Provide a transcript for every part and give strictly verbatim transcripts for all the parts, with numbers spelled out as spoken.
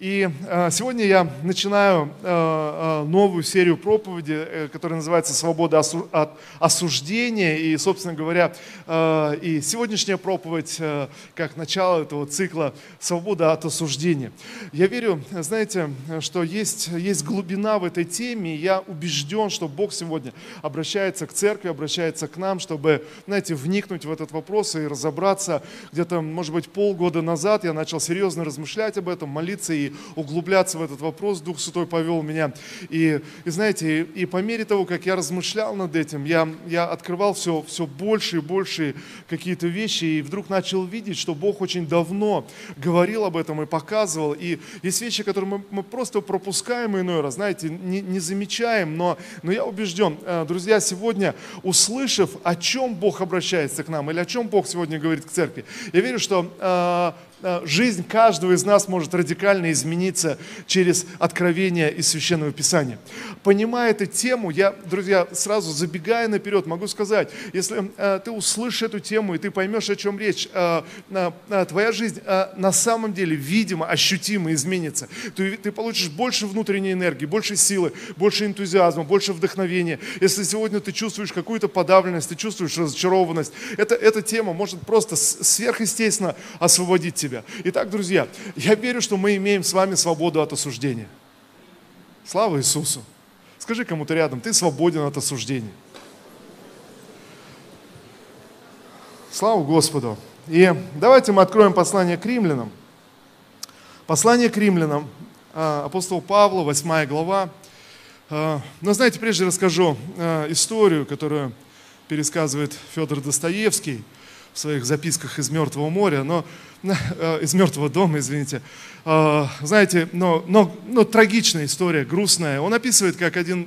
И э, сегодня я начинаю э, э, новую серию проповеди, э, которая называется «Свобода осу- от осуждения». И, собственно говоря, э, и сегодняшняя проповедь, э, как начало этого цикла «Свобода от осуждения». Я верю, знаете, что есть, есть глубина в этой теме, и я убежден, что Бог сегодня обращается к церкви, обращается к нам, чтобы, знаете, вникнуть в этот вопрос и разобраться. Где-то, может быть, полгода назад я начал серьезно размышлять об этом, молиться и углубляться в этот вопрос. Дух Святой повел меня. И, и знаете, и, и по мере того, как я размышлял над этим, я, я открывал все, все больше и больше какие-то вещи, и вдруг начал видеть, что Бог очень давно говорил об этом и показывал. И есть вещи, которые мы, мы просто пропускаем иной раз, знаете, не, не замечаем, но, но я убежден, друзья, сегодня, услышав, о чем Бог обращается к нам, или о чем Бог сегодня говорит к церкви, я верю, что жизнь каждого из нас может радикально измениться через откровение из Священного Писания. Понимая эту тему, я, друзья, сразу забегая наперед, могу сказать, если э, ты услышишь эту тему и ты поймешь, о чем речь, э, э, твоя жизнь э, на самом деле, видимо, ощутимо изменится. Ты, ты получишь больше внутренней энергии, больше силы, больше энтузиазма, больше вдохновения. Если сегодня ты чувствуешь какую-то подавленность, ты чувствуешь разочарованность, это, эта тема может просто сверхъестественно освободить тебя. Итак, друзья, я верю, что мы имеем с вами свободу от осуждения. Слава Иисусу! Скажи кому-то рядом, ты свободен от осуждения. Слава Господу! И давайте мы откроем послание к римлянам. Послание к римлянам, апостол Павла, восьмая глава. Но знаете, прежде расскажу историю, которую пересказывает Федор Достоевский в своих записках из Мертвого моря, но из Мертвого дома, извините. Знаете, но, но, но трагичная история, грустная. Он описывает, как один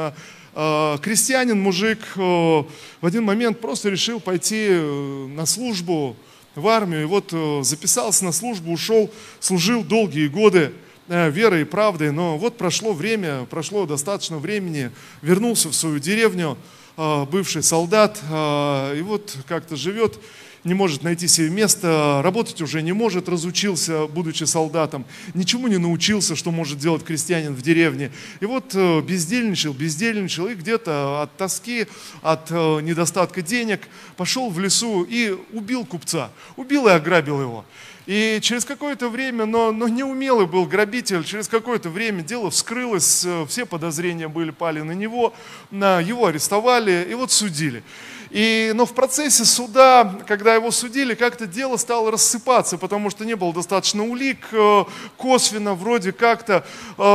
крестьянин, мужик, в один момент просто решил пойти на службу в армию. И вот записался на службу, ушел, служил долгие годы верой и правдой. Но вот прошло время, прошло достаточно времени, вернулся в свою деревню, бывший солдат, и вот как-то живет, не может найти себе место, работать уже не может, разучился, будучи солдатом, ничему не научился, что может делать крестьянин в деревне. И вот бездельничал, бездельничал, и где-то от тоски, от недостатка денег пошел в лесу и убил купца, убил и ограбил его. И через какое-то время, но, но неумелый был грабитель, через какое-то время дело вскрылось, все подозрения были, пали на него, на, его арестовали и вот судили. И, но в процессе суда, когда его судили, как-то дело стало рассыпаться, потому что не было достаточно улик, косвенно, вроде как-то.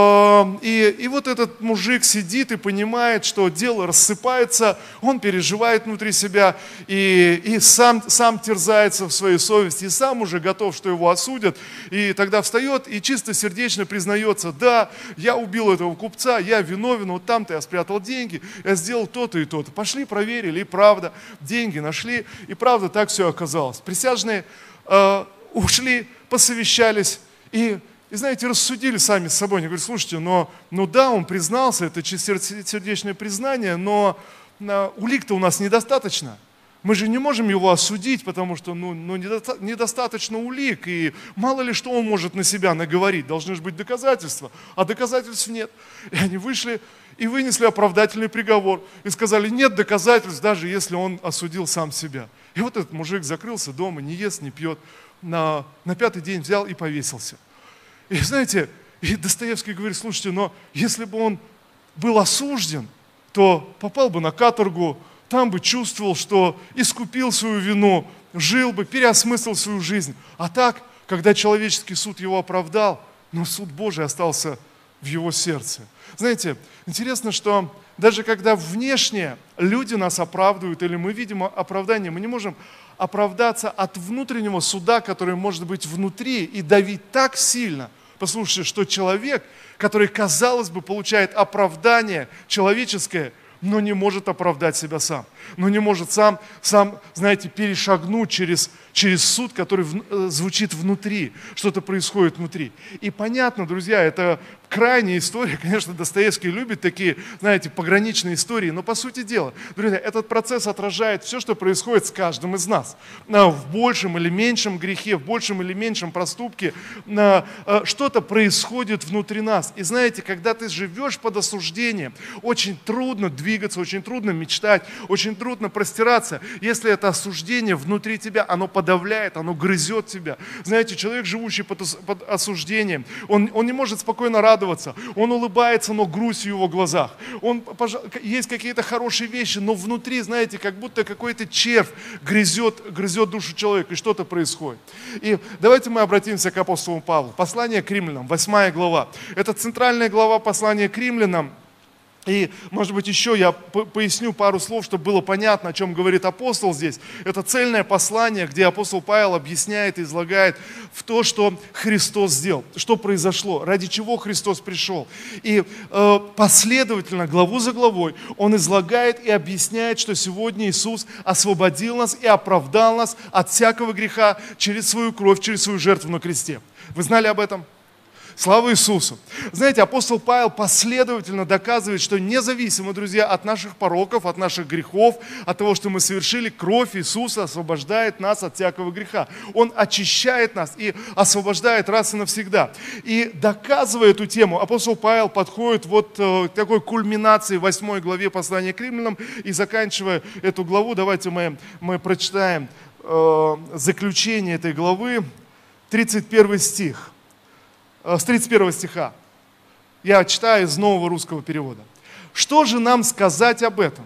И, и вот этот мужик сидит и понимает, что дело рассыпается, он переживает внутри себя и, и сам, сам терзается в своей совести, и сам уже готов, что его осудят. И тогда встает и чисто сердечно признается: да, я убил этого купца, я виновен, вот там-то я спрятал деньги, я сделал то-то и то-то. Пошли, проверили, и правда. Деньги нашли, и правда так все оказалось. Присяжные э, ушли, посовещались и, и, знаете, рассудили сами с собой. Они говорят: слушайте, но, ну да, он признался, это чистосердечное признание, но э, улик-то у нас недостаточно. Мы же не можем его осудить, потому что ну, ну, недоста- недостаточно улик, и мало ли что он может на себя наговорить. Должны же быть доказательства, а доказательств нет. И они вышли и вынесли оправдательный приговор. И сказали: нет доказательств, даже если он осудил сам себя. И вот этот мужик закрылся дома, не ест, не пьет. На, на пятый день взял и повесился. И знаете, и Достоевский говорит: слушайте, но если бы он был осужден, то попал бы на каторгу, там бы чувствовал, что искупил свою вину, жил бы, переосмыслил свою жизнь. А так, когда человеческий суд его оправдал, но суд Божий остался в его сердце. Знаете, интересно, что даже когда внешне люди нас оправдывают, или мы видим оправдание, мы не можем оправдаться от внутреннего суда, который может быть внутри и давить так сильно. Послушайте, что человек, который, казалось бы, получает оправдание человеческое, но не может оправдать себя сам. Но не может сам, сам знаете, перешагнуть через, через суд, который в, звучит внутри. Что-то происходит внутри. И понятно, друзья, это крайняя история, конечно, Достоевский любит такие, знаете, пограничные истории, но по сути дела, друзья, этот процесс отражает все, что происходит с каждым из нас. В большем или меньшем грехе, в большем или меньшем проступке что-то происходит внутри нас. И знаете, когда ты живешь под осуждением, очень трудно двигаться, очень трудно мечтать, очень трудно простираться, если это осуждение внутри тебя, оно подавляет, оно грызет тебя. Знаете, человек, живущий под осуждением, он, он не может спокойно радоваться, он улыбается, но грусть в его глазах. Он, есть какие-то хорошие вещи, но внутри, знаете, как будто какой-то червь грызет, грызет душу человека, и что-то происходит. И давайте мы обратимся к апостолу Павлу. Послание к римлянам, восьмая глава. Это центральная глава послания к римлянам. И, может быть, еще я поясню пару слов, чтобы было понятно, о чем говорит апостол здесь. Это цельное послание, где апостол Павел объясняет и излагает в то, что Христос сделал, что произошло, ради чего Христос пришел. И э, последовательно, главу за главой, он излагает и объясняет, что сегодня Иисус освободил нас и оправдал нас от всякого греха через свою кровь, через свою жертву на кресте. Вы знали об этом? Слава Иисусу! Знаете, апостол Павел последовательно доказывает, что независимо, друзья, от наших пороков, от наших грехов, от того, что мы совершили, кровь Иисуса освобождает нас от всякого греха. Он очищает нас и освобождает раз и навсегда. И доказывая эту тему, апостол Павел подходит вот к такой кульминации в восьмой главе послания к римлянам. И заканчивая эту главу, давайте мы, мы прочитаем э, заключение этой главы, тридцать первый стих. С тридцать первого стиха. Я читаю из нового русского перевода. Что же нам сказать об этом?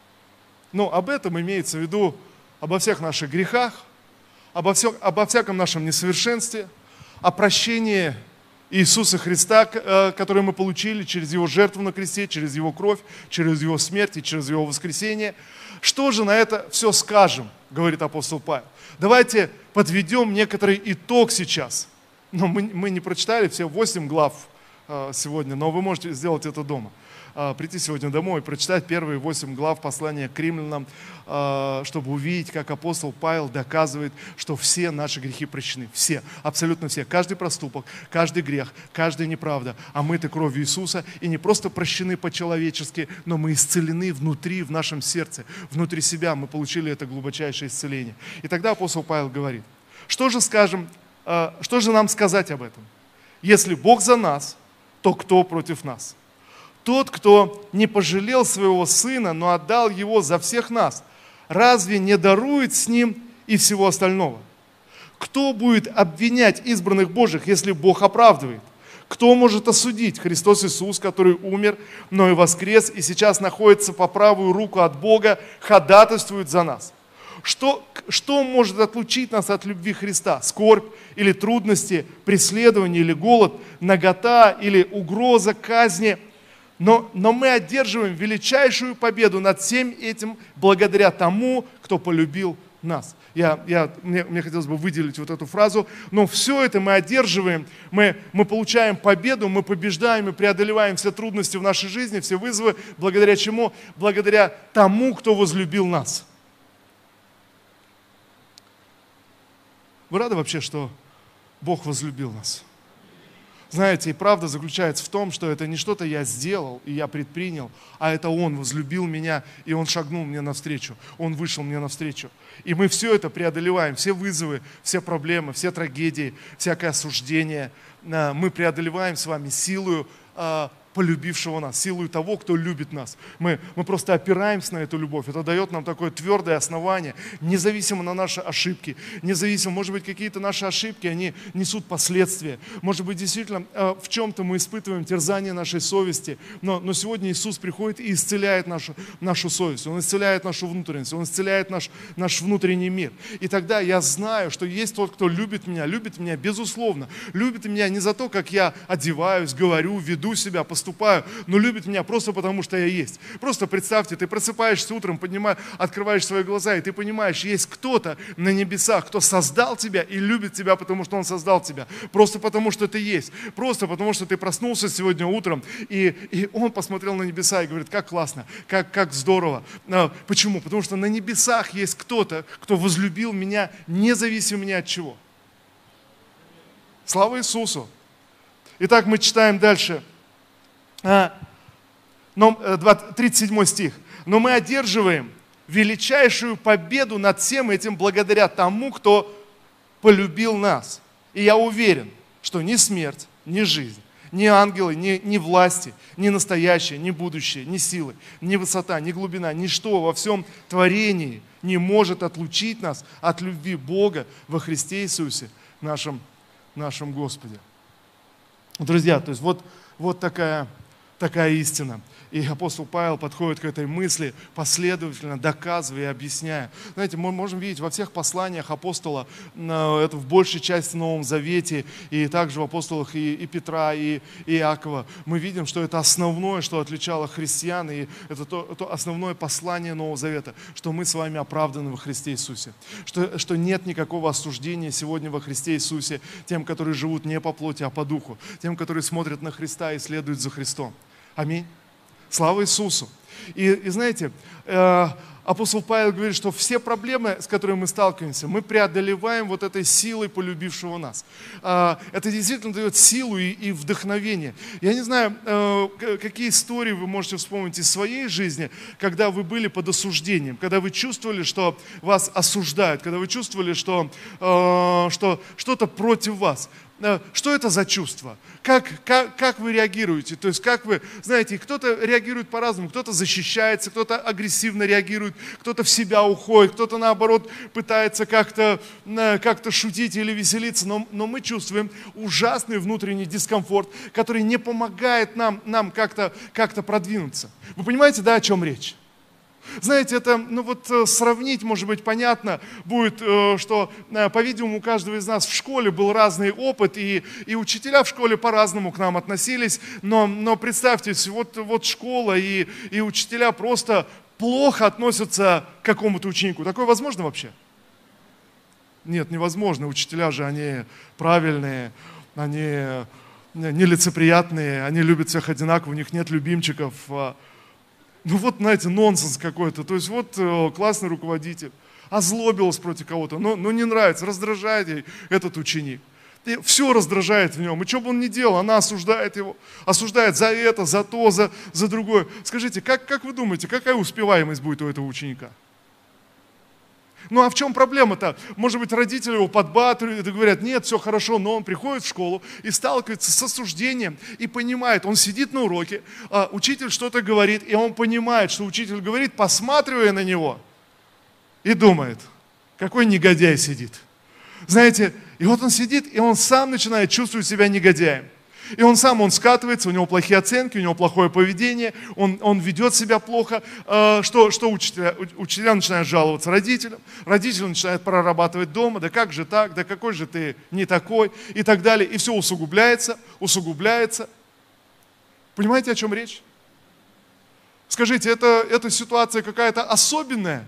Ну, об этом имеется в виду обо всех наших грехах, обо, всем, обо всяком нашем несовершенстве, о прощении Иисуса Христа, который мы получили через Его жертву на кресте, через Его кровь, через Его смерть и через Его воскресение. Что же на это все скажем, говорит апостол Павел. Давайте подведем некоторый итог сейчас. Но мы, мы не прочитали все восемь глав э, сегодня, но вы можете сделать это дома. Э, прийти сегодня домой и прочитать первые восемь глав послания к римлянам, э, чтобы увидеть, как апостол Павел доказывает, что все наши грехи прощены. Все, абсолютно все. Каждый проступок, каждый грех, каждая неправда омыты кровью Иисуса. И не просто прощены по-человечески, но мы исцелены внутри, в нашем сердце. Внутри себя мы получили это глубочайшее исцеление. И тогда апостол Павел говорит, что же скажем, что же нам сказать об этом? Если Бог за нас, то кто против нас? Тот, кто не пожалел своего Сына, но отдал Его за всех нас, разве не дарует с Ним и всего остального? Кто будет обвинять избранных Божьих, если Бог оправдывает? Кто может осудить? Христос Иисус, который умер, но и воскрес, и сейчас находится по правую руку от Бога, ходатайствует за нас. Что, что может отлучить нас от любви Христа? Скорбь или трудности, преследование или голод, нагота или угроза казни? Но, но мы одерживаем величайшую победу над всем этим благодаря тому, кто полюбил нас. Я, я, мне, мне хотелось бы выделить вот эту фразу. Но все это мы одерживаем, мы, мы получаем победу, мы побеждаем и преодолеваем все трудности в нашей жизни, все вызовы. Благодаря чему? Благодаря тому, кто возлюбил нас. Вы рады вообще, что Бог возлюбил нас? Знаете, и правда заключается в том, что это не что-то я сделал и я предпринял, а это Он возлюбил меня, и Он шагнул мне навстречу, Он вышел мне навстречу. И мы все это преодолеваем, все вызовы, все проблемы, все трагедии, всякое осуждение, мы преодолеваем с вами силою полюбившего нас, силою того, кто любит нас. Мы, мы просто опираемся на эту любовь. Это дает нам такое твердое основание, независимо на наши ошибки, независимо, может быть, какие-то наши ошибки, они несут последствия. Может быть, действительно, в чем-то мы испытываем терзание нашей совести, но, но сегодня Иисус приходит и исцеляет нашу, нашу совесть, Он исцеляет нашу внутренность, Он исцеляет наш, наш внутренний мир. И тогда я знаю, что есть тот, кто любит меня, любит меня безусловно, любит меня не за то, как я одеваюсь, говорю, веду себя, поступаю, но любит меня просто потому, что я есть. Просто представьте, ты просыпаешься утром, поднимаешь, открываешь свои глаза, и ты понимаешь, есть кто-то на небесах, кто создал тебя и любит тебя, потому что Он создал тебя. Просто потому, что ты есть. Просто потому, что ты проснулся сегодня утром, и, и Он посмотрел на небеса и говорит, как классно, как, как здорово. Почему? Потому что на небесах есть кто-то, кто возлюбил меня, независимо ни от чего. Слава Иисусу! Итак, мы читаем дальше. тридцать седьмой стих. «Но мы одерживаем величайшую победу над всем этим благодаря тому, кто полюбил нас. И я уверен, что ни смерть, ни жизнь, ни ангелы, ни, ни власти, ни настоящее, ни будущее, ни силы, ни высота, ни глубина, ничто во всем творении не может отлучить нас от любви Бога во Христе Иисусе, нашем, нашем Господе». Друзья, то есть вот, вот такая, такая истина. И апостол Павел подходит к этой мысли, последовательно доказывая и объясняя. Знаете, мы можем видеть во всех посланиях апостола, это в большей части в Новом Завете, и также в апостолах и, и Петра, и, и Иакова, мы видим, что это основное, что отличало христиан, и это то, то основное послание Нового Завета, что мы с вами оправданы во Христе Иисусе, что, что нет никакого осуждения сегодня во Христе Иисусе тем, которые живут не по плоти, а по духу, тем, которые смотрят на Христа и следуют за Христом. Аминь. Слава Иисусу! И, и знаете, э, апостол Павел говорит, что все проблемы, с которыми мы сталкиваемся, мы преодолеваем вот этой силой полюбившего нас. Э, это действительно дает силу и, и вдохновение. Я не знаю, э, какие истории вы можете вспомнить из своей жизни, когда вы были под осуждением, когда вы чувствовали, что вас осуждают, когда вы чувствовали, что, э, что что-то против вас. Что это за чувство? Как, как, как вы реагируете? То есть как вы, знаете, кто-то реагирует по-разному, кто-то защищается, кто-то агрессивно реагирует, кто-то в себя уходит, кто-то наоборот пытается как-то, как-то шутить или веселиться, но, но мы чувствуем ужасный внутренний дискомфорт, который не помогает нам, нам как-то, как-то продвинуться. Вы понимаете, да, о чем речь? Знаете, это, ну вот сравнить, может быть, понятно будет, что, по-видимому, у каждого из нас в школе был разный опыт, и, и учителя в школе по-разному к нам относились, но, но представьте, вот, вот школа и, и учителя просто плохо относятся к какому-то ученику. Такое возможно вообще? Нет, невозможно. Учителя же, они правильные, они нелицеприятные, они любят всех одинаково, у них нет любимчиков. Ну вот, знаете, нонсенс какой-то. То есть вот э, классный руководитель, озлобился против кого-то, но, но не нравится, раздражает ей этот ученик. И все раздражает в нем. И что бы он ни делал, она осуждает его. Осуждает за это, за то, за, за другое. Скажите, как, как вы думаете, какая успеваемость будет у этого ученика? Ну а в чем проблема-то? Может быть, родители его подбатывают и говорят, нет, все хорошо, но он приходит в школу и сталкивается с осуждением и понимает, он сидит на уроке, а учитель что-то говорит, и он понимает, что учитель говорит, посматривая на него, и думает, какой негодяй сидит. Знаете, и вот он сидит, и он сам начинает чувствовать себя негодяем. И он сам, он скатывается, у него плохие оценки, у него плохое поведение, он, он ведет себя плохо. Что, что учителя? Учителя начинают жаловаться родителям, родители начинают прорабатывать дома, да как же так, да какой же ты не такой, и так далее. И все усугубляется, усугубляется. Понимаете, о чем речь? Скажите, это, эта ситуация какая-то особенная?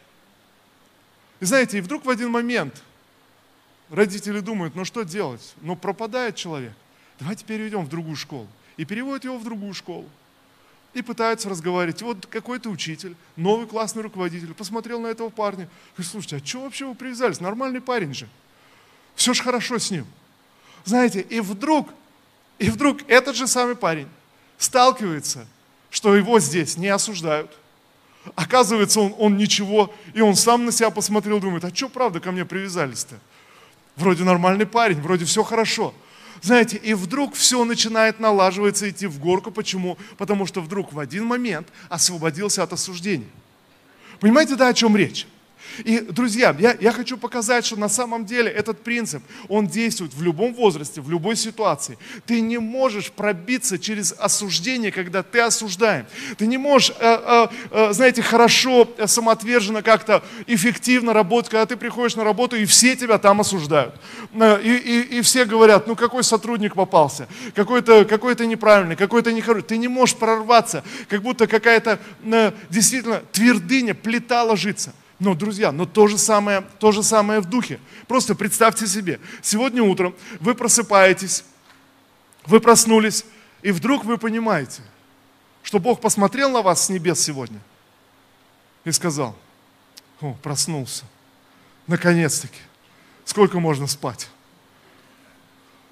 И знаете, и вдруг в один момент родители думают, ну что делать? Ну пропадает человек. Давайте переведем в другую школу. И переводят его в другую школу. И пытаются разговаривать. И вот какой-то учитель, новый классный руководитель, посмотрел на этого парня. Говорит, слушайте, а что вообще вы привязались? Нормальный парень же. Все же хорошо с ним. Знаете, и вдруг, и вдруг этот же самый парень сталкивается, что его здесь не осуждают. Оказывается, он, он ничего, и он сам на себя посмотрел, думает, а что правда ко мне привязались-то? Вроде нормальный парень, вроде все хорошо. Знаете, и вдруг все начинает налаживаться, идти в горку. Почему? Потому что вдруг в один момент освободился от осуждения. Понимаете, да, о чем речь? И, друзья, я, я хочу показать, что на самом деле этот принцип, он действует в любом возрасте, в любой ситуации. Ты не можешь пробиться через осуждение, когда ты осуждаем. Ты не можешь, э, э, знаете, хорошо, самоотверженно, как-то эффективно работать, когда ты приходишь на работу, и все тебя там осуждают. И, и, и все говорят, ну какой сотрудник попался, какой-то, какой-то неправильный, какой-то нехороший. Ты не можешь прорваться, как будто какая-то э, действительно твердыня, плита ложится. Но, друзья, но то же самое, то же самое в духе. Просто представьте себе, сегодня утром вы просыпаетесь, вы проснулись, и вдруг вы понимаете, что Бог посмотрел на вас с небес сегодня и сказал, о, проснулся, наконец-таки, сколько можно спать?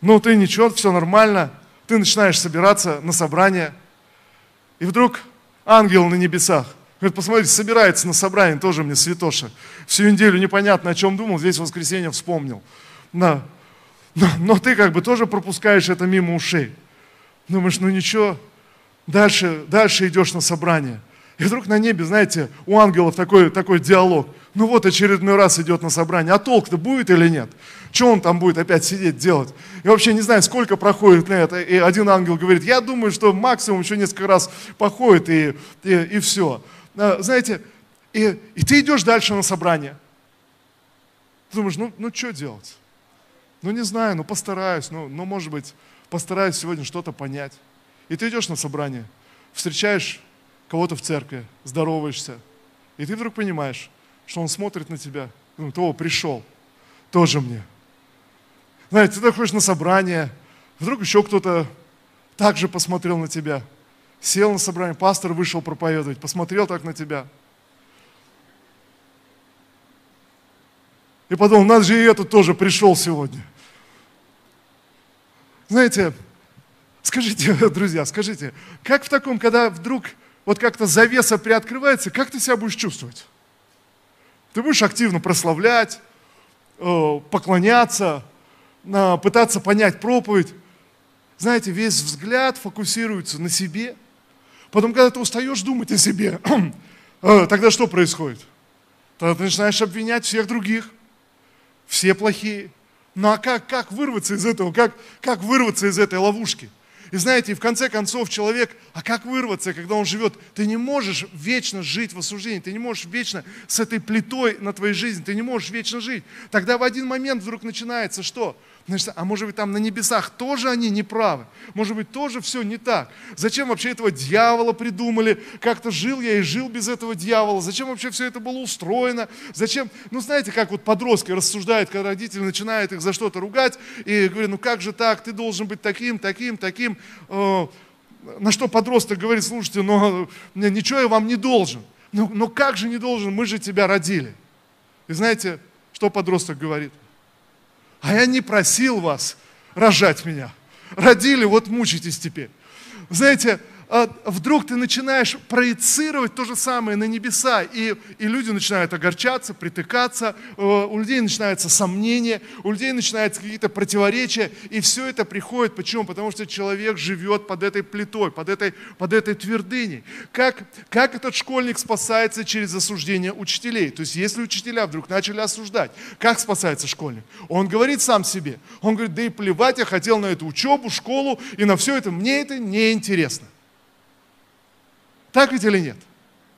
ну ты ничего, все нормально. Ты начинаешь собираться на собрание. И вдруг ангел на небесах говорит, посмотрите, собирается на собрание, тоже мне святоша. Всю неделю непонятно, о чем думал, здесь в воскресенье вспомнил. Но, но, но ты как бы тоже пропускаешь это мимо ушей. Думаешь, ну ничего, дальше, дальше идешь на собрание. И вдруг на небе, знаете, у ангелов такой, такой диалог. Ну вот очередной раз идет на собрание, а толк-то будет или нет? Что он там будет опять сидеть делать? И вообще не знаю, сколько проходит на это. И один ангел говорит, я думаю, что максимум еще несколько раз походит и, и, и все. Знаете, и, и ты идешь дальше на собрание. Ты думаешь, ну, ну что делать? Ну не знаю, ну постараюсь, ну, ну может быть, постараюсь сегодня что-то понять. И ты идешь на собрание, встречаешь кого-то в церкви, здороваешься, и ты вдруг понимаешь, что он смотрит на тебя, ну, того пришел, тоже мне. Знаете, ты ходишь на собрание, вдруг еще кто-то также посмотрел на тебя, сел на собрание, пастор вышел проповедовать, посмотрел так на тебя. И подумал, надо же, и этот тоже пришел сегодня. Знаете, скажите, друзья, скажите, как в таком, когда вдруг вот как-то завеса приоткрывается, как ты себя будешь чувствовать? Ты будешь активно прославлять, поклоняться, пытаться понять проповедь. Знаете, весь взгляд фокусируется на себе. Потом, когда ты устаешь думать о себе, тогда что происходит? Тогда ты начинаешь обвинять всех других. Все плохие. Ну а как, как вырваться из этого? Как, как вырваться из этой ловушки? И знаете, и в конце концов человек, а как вырваться, когда он живет? Ты не можешь вечно жить в осуждении, ты не можешь вечно с этой плитой на твоей жизни, ты не можешь вечно жить. Тогда в один момент вдруг начинается что? Значит, а может быть там на небесах тоже они неправы? Может быть тоже все не так? Зачем вообще этого дьявола придумали? Как-то жил я и жил без этого дьявола. Зачем вообще все это было устроено? Зачем? Ну знаете, как вот подростки рассуждают, когда родители начинают их за что-то ругать и говорят, ну как же так, ты должен быть таким, таким, таким. На что подросток говорит, слушайте, но ничего я вам не должен. Но, но как же не должен, мы же тебя родили. И знаете, что подросток говорит? А я не просил вас рожать меня. Родили, вот мучитесь теперь. Знаете, вдруг ты начинаешь проецировать то же самое на небеса, и, и люди начинают огорчаться, притыкаться, у людей начинаются сомнения, у людей начинаются какие-то противоречия, и все это приходит. Почему? Потому что человек живет под этой плитой, под этой, под этой твердыней. Как, как этот школьник спасается через осуждение учителей? То есть если учителя вдруг начали осуждать, как спасается школьник? Он говорит сам себе, он говорит, да и плевать, я хотел на эту учебу, школу, и на все это, мне это не интересно. Так ведь или нет?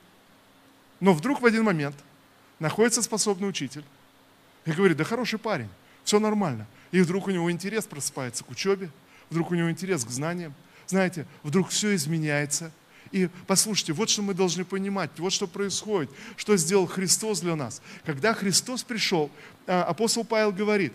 Но вдруг в один момент находится способный учитель и говорит, да хороший парень, все нормально. И вдруг у него интерес просыпается к учебе, вдруг у него интерес к знаниям. Знаете, вдруг все изменяется. И послушайте, вот что мы должны понимать, вот что происходит, что сделал Христос для нас. Когда Христос пришел, апостол Павел говорит,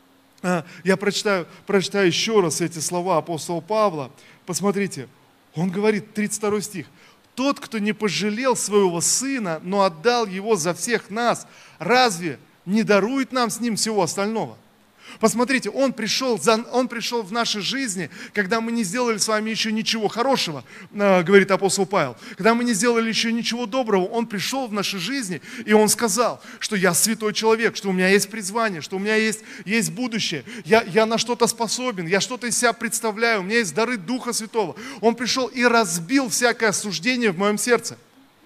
я прочитаю, прочитаю еще раз эти слова апостола Павла, посмотрите, он говорит, тридцать второй стих, «Тот, кто не пожалел своего Сына, но отдал Его за всех нас, разве не дарует нам с Ним всего остального?» Посмотрите, Он пришел, за, Он пришел в нашей жизни, когда мы не сделали с вами еще ничего хорошего, говорит апостол Павел. Когда мы не сделали еще ничего доброго, Он пришел в нашей жизни, и Он сказал, что я святой человек, что у меня есть призвание, что у меня есть, есть будущее, я, я на что-то способен, я что-то из себя представляю, у меня есть дары Духа Святого. Он пришел и разбил всякое осуждение в моем сердце.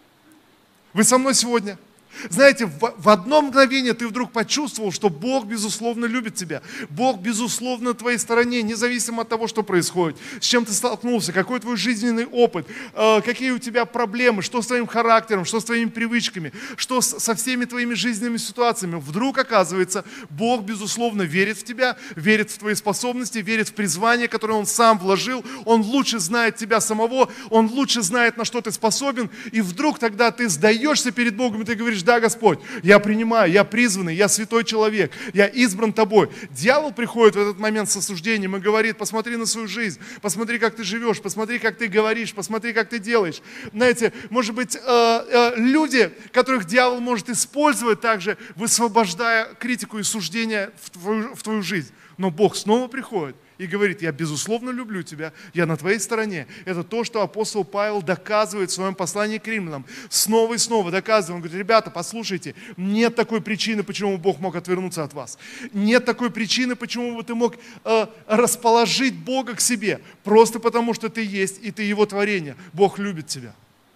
Вы со мной сегодня? Знаете, в, в одно мгновение ты вдруг почувствовал, что Бог, безусловно, любит тебя. Бог, безусловно, на твоей стороне, независимо от того, что происходит, с чем ты столкнулся, какой твой жизненный опыт, э, какие у тебя проблемы, что с твоим характером, что с твоими привычками, что с, со всеми твоими жизненными ситуациями. Вдруг, оказывается, Бог, безусловно, верит в тебя, верит в твои способности, верит в призвание, которое Он сам вложил. Он лучше знает тебя самого, Он лучше знает, на что ты способен. И вдруг тогда ты сдаешься перед Богом, и ты говоришь, да, Господь, я принимаю, я призванный, я святой человек, я избран Тобой. Дьявол приходит в этот момент с осуждением и говорит, посмотри на свою жизнь, посмотри, как ты живешь, посмотри, как ты говоришь, посмотри, как ты делаешь. Знаете, может быть, люди, которых дьявол может использовать также, высвобождая критику и суждение в твою, в твою жизнь. Но Бог снова приходит и говорит: я безусловно люблю тебя, я на твоей стороне. Это то, что апостол Павел доказывает в своем послании к римлянам. Снова и снова доказывает. Он говорит: ребята, послушайте, нет такой причины, почему Бог мог отвернуться от вас. Нет такой причины, почему бы ты мог э, расположить Бога к себе. Просто потому, что ты есть, и ты Его творение. Бог любит тебя.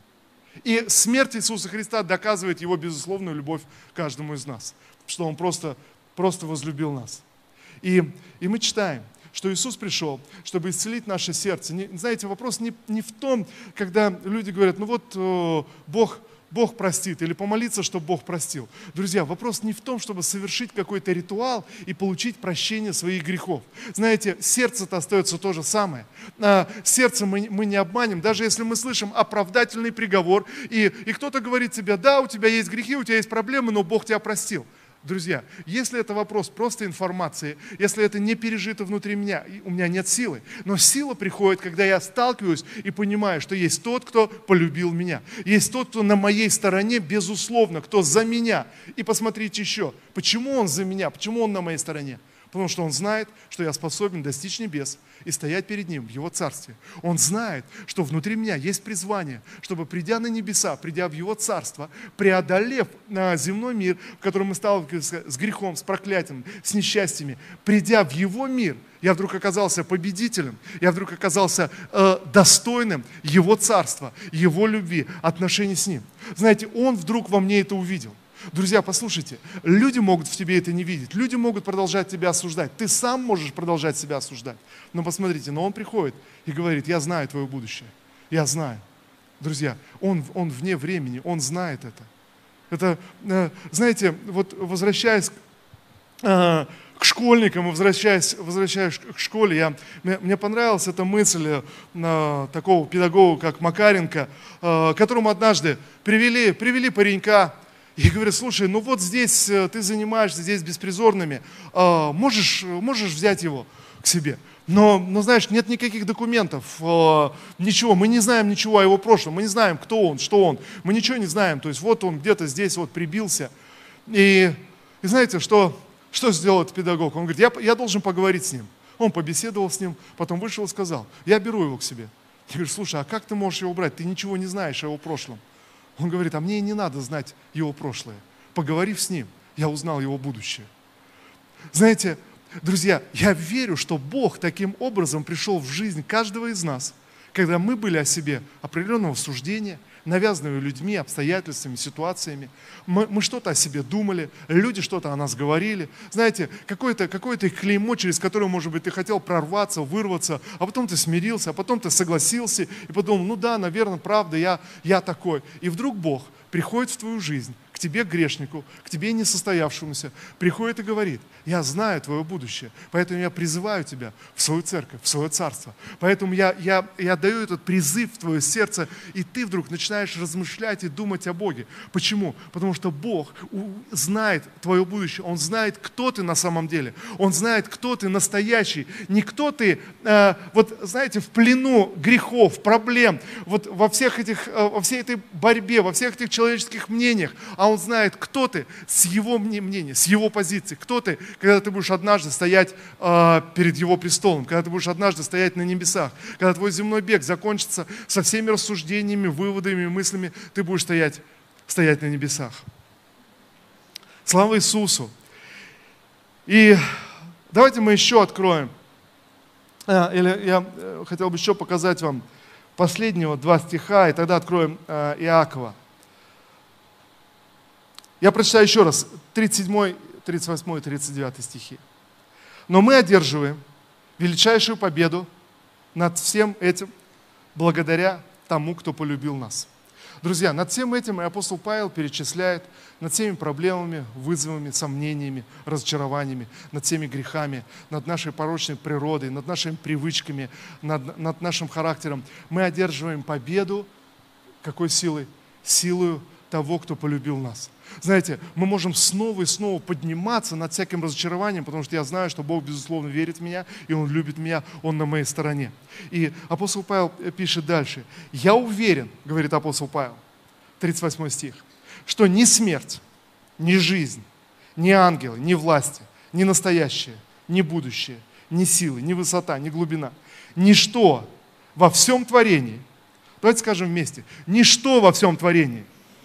И смерть Иисуса Христа доказывает Его безусловную любовь к каждому из нас. Что Он просто, просто возлюбил нас. И, и мы читаем, что Иисус пришел, чтобы исцелить наше сердце. Не, знаете, вопрос не, не в том, когда люди говорят: ну вот о, Бог, Бог простит, или помолиться, чтобы Бог простил. Друзья, вопрос не в том, чтобы совершить какой-то ритуал и получить прощение своих грехов. Знаете, сердце-то остается то же самое. А, сердце мы, мы не обманем, даже если мы слышим оправдательный приговор, и, и кто-то говорит тебе: да, у тебя есть грехи, у тебя есть проблемы, но Бог тебя простил. Друзья, если это вопрос просто информации, если это не пережито внутри меня, у меня нет силы. Но сила приходит, когда я сталкиваюсь и понимаю, что есть тот, кто полюбил меня. Есть тот, кто на моей стороне, безусловно, кто за меня. И посмотрите еще, почему он за меня, почему он на моей стороне. Потому что он знает, что я способен достичь небес и стоять перед ним в его царстве. Он знает, что внутри меня есть призвание, чтобы, придя на небеса, придя в его царство, преодолев земной мир, в котором мы сталкиваемся с грехом, с проклятием, с несчастьями, придя в его мир, я вдруг оказался победителем, я вдруг оказался э, достойным его царства, его любви, отношений с ним. Знаете, он вдруг во мне это увидел. Друзья, послушайте, люди могут в тебе это не видеть, люди могут продолжать тебя осуждать, ты сам можешь продолжать себя осуждать. Но посмотрите, но он приходит и говорит: я знаю твое будущее, я знаю. Друзья, он, он вне времени, он знает это. Это, э, знаете, вот возвращаясь э, к школьникам, возвращаясь, возвращаясь к школе, я, мне, мне понравилась эта мысль э, такого педагога, как Макаренко, э, которому однажды привели, привели паренька, и говорят: слушай, ну вот здесь ты занимаешься, здесь беспризорными, можешь, можешь взять его к себе. Но, но, знаешь, нет никаких документов, ничего, мы не знаем ничего о его прошлом, мы не знаем, кто он, что он, мы ничего не знаем. То есть вот он где-то здесь вот прибился. И, и знаете, что, что сделал этот педагог? Он говорит: я, я должен поговорить с ним. Он побеседовал с ним, потом вышел и сказал: я беру его к себе. Я говорю: слушай, а как ты можешь его брать? Ты ничего не знаешь о его прошлом. Он говорит: а мне и не надо знать его прошлое. Поговорив с ним, я узнал его будущее. Знаете, друзья, я верю, что Бог таким образом пришел в жизнь каждого из нас, когда мы были о себе определенного суждения, навязанного людьми, обстоятельствами, ситуациями. Мы, мы что-то о себе думали, люди что-то о нас говорили. Знаете, какое-то, какое-то клеймо, через которое, может быть, ты хотел прорваться, вырваться, а потом ты смирился, а потом ты согласился и подумал: ну да, наверное, правда, я, я такой. И вдруг Бог приходит в твою жизнь, к тебе, грешнику, к тебе, несостоявшемуся, приходит и говорит: я знаю твое будущее, поэтому я призываю тебя в свою церковь, в свое царство. Поэтому я, я, я даю этот призыв в твое сердце, и ты вдруг начинаешь размышлять и думать о Боге. Почему? Потому что Бог знает твое будущее, Он знает, кто ты на самом деле, Он знает, кто ты настоящий, не кто ты, э, вот знаете, в плену грехов, проблем, вот во всех этих, э, во всей этой борьбе, во всех этих человеческих мнениях, а Он знает, кто ты с Его мнения, с Его позиции, кто ты, когда ты будешь однажды стоять э, перед Его престолом, когда ты будешь однажды стоять на небесах, когда твой земной бег закончится со всеми рассуждениями, выводами, мыслями, ты будешь стоять, стоять на небесах. Слава Иисусу! И давайте мы еще откроем, э, или я хотел бы еще показать вам последнего два стиха, и тогда откроем э, Иакова. Я прочитаю еще раз, тридцать седьмой, тридцать восьмой и тридцать девятый стихи. «Но мы одерживаем величайшую победу над всем этим благодаря тому, кто полюбил нас». Друзья, над всем этим и апостол Павел перечисляет, над всеми проблемами, вызовами, сомнениями, разочарованиями, над всеми грехами, над нашей порочной природой, над нашими привычками, над, над нашим характером. Мы одерживаем победу какой силой? Силою того, кто полюбил нас. Знаете, мы можем снова и снова подниматься над всяким разочарованием, потому что я знаю, что Бог, безусловно, верит в меня, и Он любит меня, Он на моей стороне. И апостол Павел пишет дальше. «Я уверен, — говорит апостол Павел, тридцать восьмой стих, — что ни смерть, ни жизнь, ни ангелы, ни власти, ни настоящее, ни будущее, ни силы, ни высота, ни глубина. Ничто во всем творении, давайте скажем вместе, ничто во всем творении.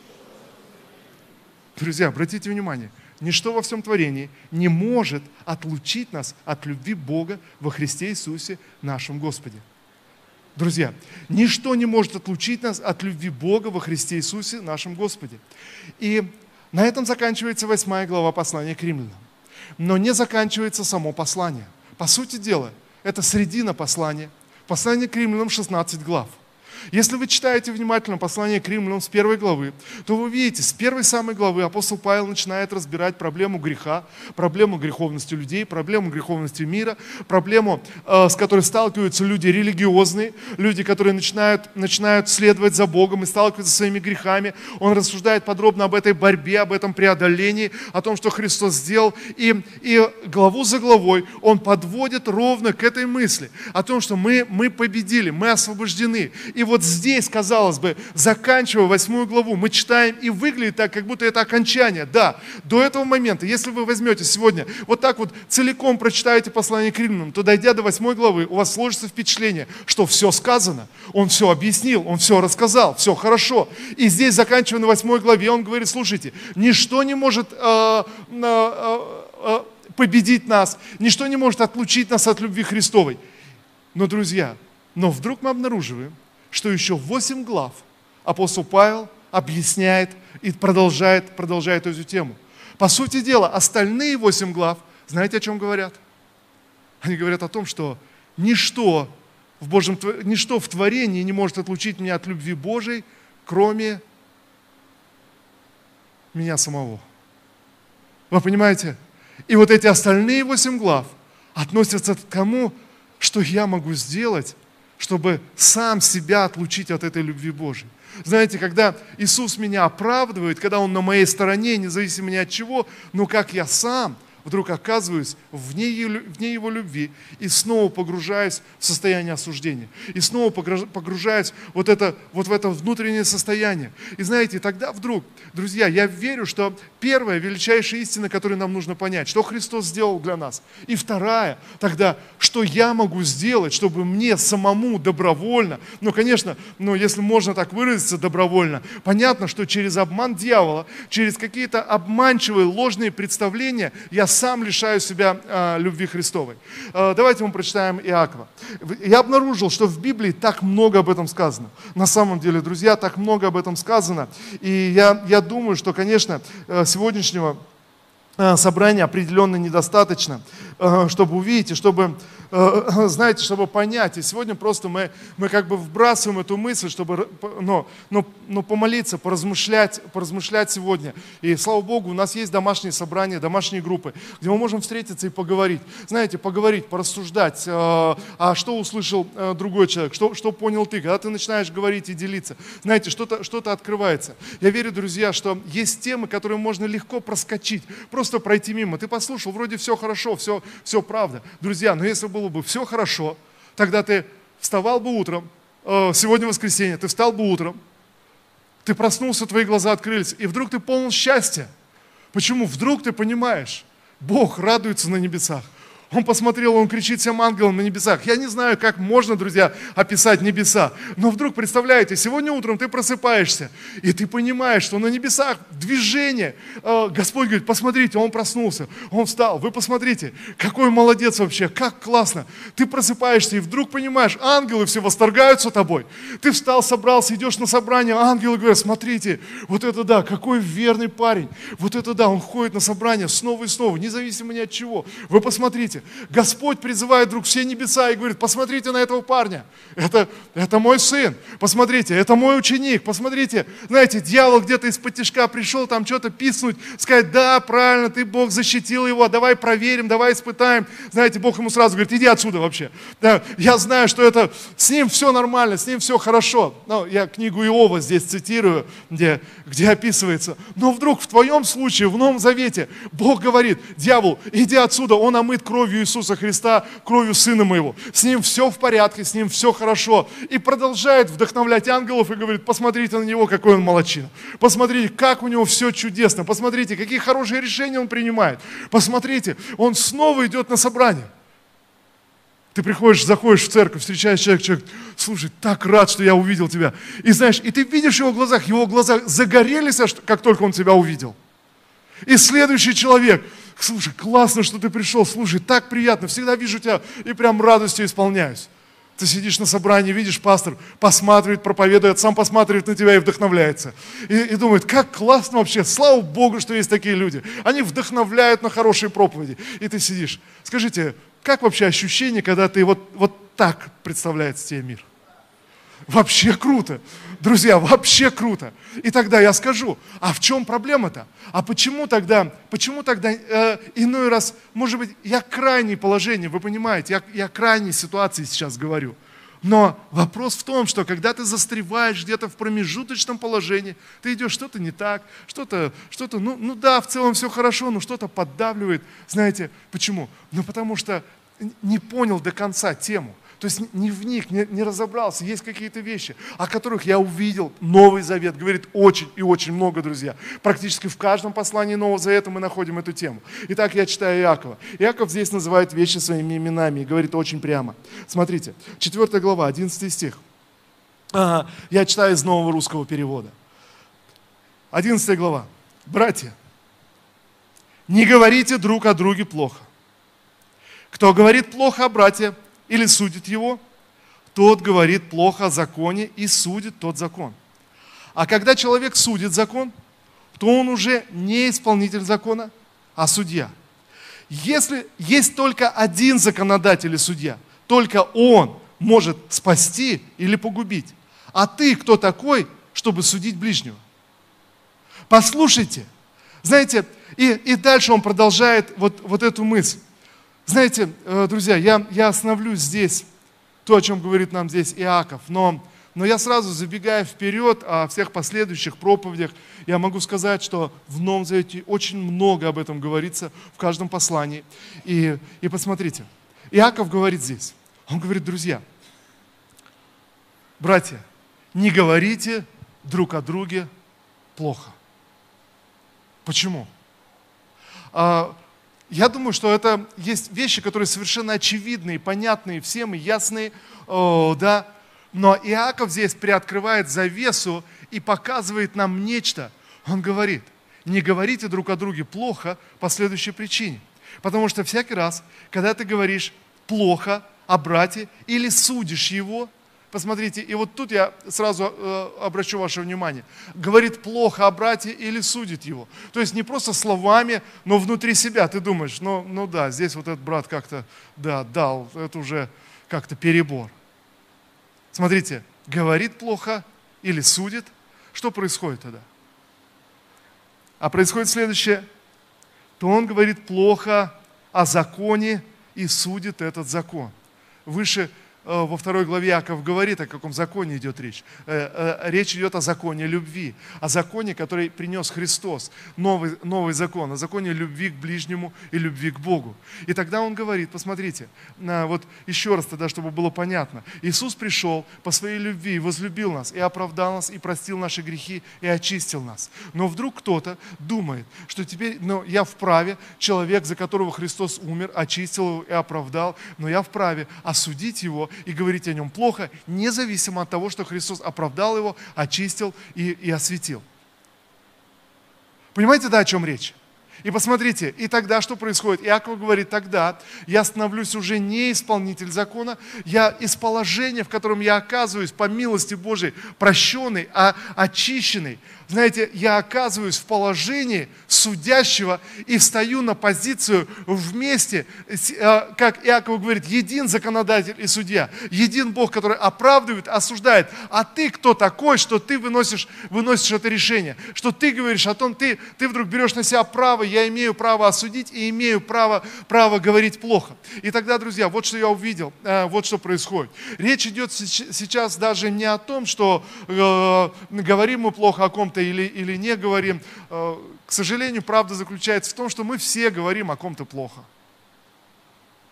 Друзья, обратите внимание, ничто во всем творении не может отлучить нас от любви Бога во Христе Иисусе, нашем Господе. Друзья, ничто не может отлучить нас от любви Бога во Христе Иисусе, нашем Господе. И на этом заканчивается восьмая глава послания к римлянам. Но не заканчивается само послание. По сути дела, это середина послания. Послание к римлянам шестнадцать глав. Если вы читаете внимательно послание к римлянам с первой главы, то вы видите, с первой самой главы апостол Павел начинает разбирать проблему греха, проблему греховности людей, проблему греховности мира, проблему, э, с которой сталкиваются люди религиозные, люди, которые начинают, начинают следовать за Богом и сталкиваются со своими грехами. Он рассуждает подробно об этой борьбе, об этом преодолении, о том, что Христос сделал. И, и главу за главой он подводит ровно к этой мысли, о том, что мы, мы победили, мы освобождены. И вот здесь, казалось бы, заканчивая восьмую главу, мы читаем, и выглядит так, как будто это окончание. Да, до этого момента, если вы возьмете сегодня, вот так вот целиком прочитаете послание к римлянам, то, дойдя до восьмой главы, у вас сложится впечатление, что все сказано, он все объяснил, он все рассказал, все хорошо. И здесь, заканчивая на восьмой главе, он говорит: слушайте, ничто не может э, э, э, победить нас, ничто не может отлучить нас от любви Христовой. Но, друзья, но вдруг мы обнаруживаем, что еще восемь глав апостол Павел объясняет и продолжает, продолжает эту тему. По сути дела, остальные восемь глав, знаете, о чем говорят? Они говорят о том, что ничто в, Божьем, ничто в творении не может отлучить меня от любви Божией, кроме меня самого. Вы понимаете? И вот эти остальные восемь глав относятся к тому, что я могу сделать, чтобы сам себя отлучить от этой любви Божией. Знаете, когда Иисус меня оправдывает, когда Он на моей стороне, независимо ни от чего, но как я сам вдруг оказываюсь вне Его любви и снова погружаюсь в состояние осуждения. И снова погружаюсь вот, это, вот в это внутреннее состояние. И знаете, тогда вдруг, друзья, я верю, что первая величайшая истина, которую нам нужно понять, что Христос сделал для нас. И вторая, тогда, что я могу сделать, чтобы мне самому добровольно, ну, конечно, ну, если можно так выразиться, добровольно, понятно, что через обман дьявола, через какие-то обманчивые, ложные представления я сам лишаю себя э, любви Христовой. Э, давайте мы прочитаем Иакова. Я обнаружил, что в Библии так много об этом сказано. На самом деле, друзья, так много об этом сказано. И я, я думаю, что, конечно, э, сегодняшнего э, собрания определенно недостаточно, э, чтобы увидеть и чтобы, э, знаете, чтобы понять. И сегодня просто мы, мы как бы вбрасываем эту мысль, чтобы но, но, но помолиться, поразмышлять, поразмышлять сегодня. И слава Богу, у нас есть домашние собрания, домашние группы, где мы можем встретиться и поговорить. Знаете, поговорить, порассуждать, э, а что услышал э, другой человек, что, что понял ты. Когда ты начинаешь говорить и делиться, знаете, что-то, что-то открывается. Я верю, друзья, что есть темы, которые можно легко проскочить, просто пройти мимо. Ты послушал, вроде все хорошо, все, все правда. Друзья, но если было бы все хорошо, тогда ты вставал бы утром, э, сегодня воскресенье, ты встал бы утром, ты проснулся, твои глаза открылись, и вдруг ты полон счастья. Почему? Вдруг ты понимаешь, Бог радуется на небесах. Он посмотрел, он кричит всем ангелам на небесах. Я не знаю, как можно, друзья, описать небеса. Но вдруг, представляете, сегодня утром ты просыпаешься, и ты понимаешь, что на небесах движение. Господь говорит: посмотрите, он проснулся, он встал. Вы посмотрите, какой молодец вообще, как классно. Ты просыпаешься, и вдруг понимаешь, ангелы все восторгаются тобой. Ты встал, собрался, идешь на собрание, ангелы говорят: смотрите, вот это да, какой верный парень. Вот это да, он ходит на собрание снова и снова, независимо ни от чего. Вы посмотрите. Господь призывает вдруг все небеса и говорит: посмотрите на этого парня, это, это мой сын, посмотрите, это мой ученик, посмотрите. Знаете, дьявол где-то из-под тишка пришел там что-то писнуть, сказать: да, правильно, ты, Бог, защитил его, давай проверим, давай испытаем. Знаете, Бог ему сразу говорит: иди отсюда вообще. Да, я знаю, что это, с ним все нормально, с ним все хорошо. Ну, я книгу Иова здесь цитирую, где, где описывается. Но вдруг в твоем случае, в Новом Завете, Бог говорит: дьявол, иди отсюда, он омыт кровью кровью Иисуса Христа, кровью Сына Моего. С Ним все в порядке, с Ним все хорошо. И продолжает вдохновлять ангелов и говорит: посмотрите на Него, какой Он молодчина. Посмотрите, как у Него все чудесно. Посмотрите, какие хорошие решения Он принимает. Посмотрите, Он снова идет на собрание. Ты приходишь, заходишь в церковь, встречаешь человека, человек: слушай, так рад, что я увидел тебя. И знаешь, и ты видишь в его глазах, его глаза загорелись, как только он тебя увидел. И следующий человек: слушай, классно, что ты пришел, слушай, так приятно, всегда вижу тебя и прям радостью исполняюсь. Ты сидишь на собрании, видишь, пастор посматривает, проповедует, сам посматривает на тебя и вдохновляется. И, и думает: как классно вообще, слава Богу, что есть такие люди. Они вдохновляют на хорошие проповеди. И ты сидишь. Скажите, как вообще ощущение, когда ты вот, вот так представляется тебе мир? Вообще круто. Друзья, вообще круто. И тогда я скажу: а в чем проблема-то? А почему тогда, почему тогда э, иной раз, может быть, я крайнее положение, вы понимаете, я, я крайней ситуации сейчас говорю. Но вопрос в том, что когда ты застреваешь где-то в промежуточном положении, ты идешь, что-то не так, что-то, что-то, ну, ну да, в целом все хорошо, но что-то поддавливает. Знаете, почему? Ну потому что не понял до конца тему. То есть не вник, не, не разобрался. Есть какие-то вещи, о которых я увидел. Новый Завет говорит очень и очень много, друзья. Практически в каждом послании Нового Завета мы находим эту тему. Итак, я читаю Иакова. Иаков здесь называет вещи своими именами и говорит очень прямо. Смотрите, четвёртая глава, одиннадцатый стих. Ага, я читаю из нового русского перевода. одиннадцатая глава. Братья, не говорите друг о друге плохо. Кто говорит плохо о брате или судит его, тот говорит плохо о законе и судит тот закон. А когда человек судит закон, то он уже не исполнитель закона, а судья. Если есть только один законодатель и судья, только он может спасти или погубить. А ты кто такой, чтобы судить ближнего? Послушайте, знаете, и, и дальше он продолжает вот, вот эту мысль. Знаете, друзья, я, я остановлюсь здесь, то, о чем говорит нам здесь Иаков, но, но я сразу, забегая вперед о всех последующих проповедях, я могу сказать, что в Новом Завете очень много об этом говорится в каждом послании. И, и посмотрите, Иаков говорит здесь, он говорит: друзья, братья, не говорите друг о друге плохо. Почему? Я думаю, что это есть вещи, которые совершенно очевидные, понятные всем и ясные, о, да. Но Иаков здесь приоткрывает завесу и показывает нам нечто. Он говорит: не говорите друг о друге плохо по следующей причине. Потому что всякий раз, когда ты говоришь плохо о брате или судишь его, посмотрите, и вот тут я сразу э, обращу ваше внимание. Говорит плохо о брате или судит его. То есть не просто словами, но внутри себя ты думаешь: ну, ну да, здесь вот этот брат как-то, да, дал, это уже как-то перебор. Смотрите, говорит плохо или судит, что происходит тогда? А происходит следующее. То он говорит плохо о законе и судит этот закон. Выше во второй главе Иаков говорит, о каком законе идет речь. Речь идет о законе любви, о законе, который принес Христос, новый, новый закон, о законе любви к ближнему и любви к Богу. И тогда он говорит, посмотрите, вот еще раз тогда, чтобы было понятно. Иисус пришел по своей любви и возлюбил нас, и оправдал нас, и простил наши грехи, и очистил нас. Но вдруг кто-то думает, что теперь, ну, я вправе, человек, за которого Христос умер, очистил его и оправдал, но я вправе осудить его и говорить о нем плохо, независимо от того, что Христос оправдал его, очистил и, и осветил. Понимаете, да, о чем речь? И посмотрите, и тогда что происходит? Иаков говорит: тогда я становлюсь уже не исполнитель закона, я из положения, в котором я оказываюсь по милости Божией, прощенный, а очищенный. Знаете, я оказываюсь в положении судящего и встаю на позицию вместе, как Иаков говорит, един законодатель и судья, един Бог, который оправдывает, осуждает. А ты кто такой, что ты выносишь, выносишь это решение? Что ты говоришь о том, ты, ты вдруг берешь на себя право, я имею право осудить и имею право, право говорить плохо. И тогда, друзья, вот что я увидел, вот что происходит. Речь идет сейчас даже не о том, что э, говорим мы плохо о ком-то, Или, или не говорим. К сожалению, правда заключается в том, что мы все говорим о ком-то плохо.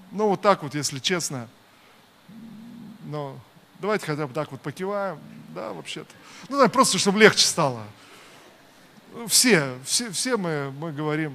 ну вот так вот, если честно, ну, давайте хотя бы так вот покиваем, да, вообще-то. Ну, да, просто, чтобы легче стало. Все, все, все мы, мы говорим.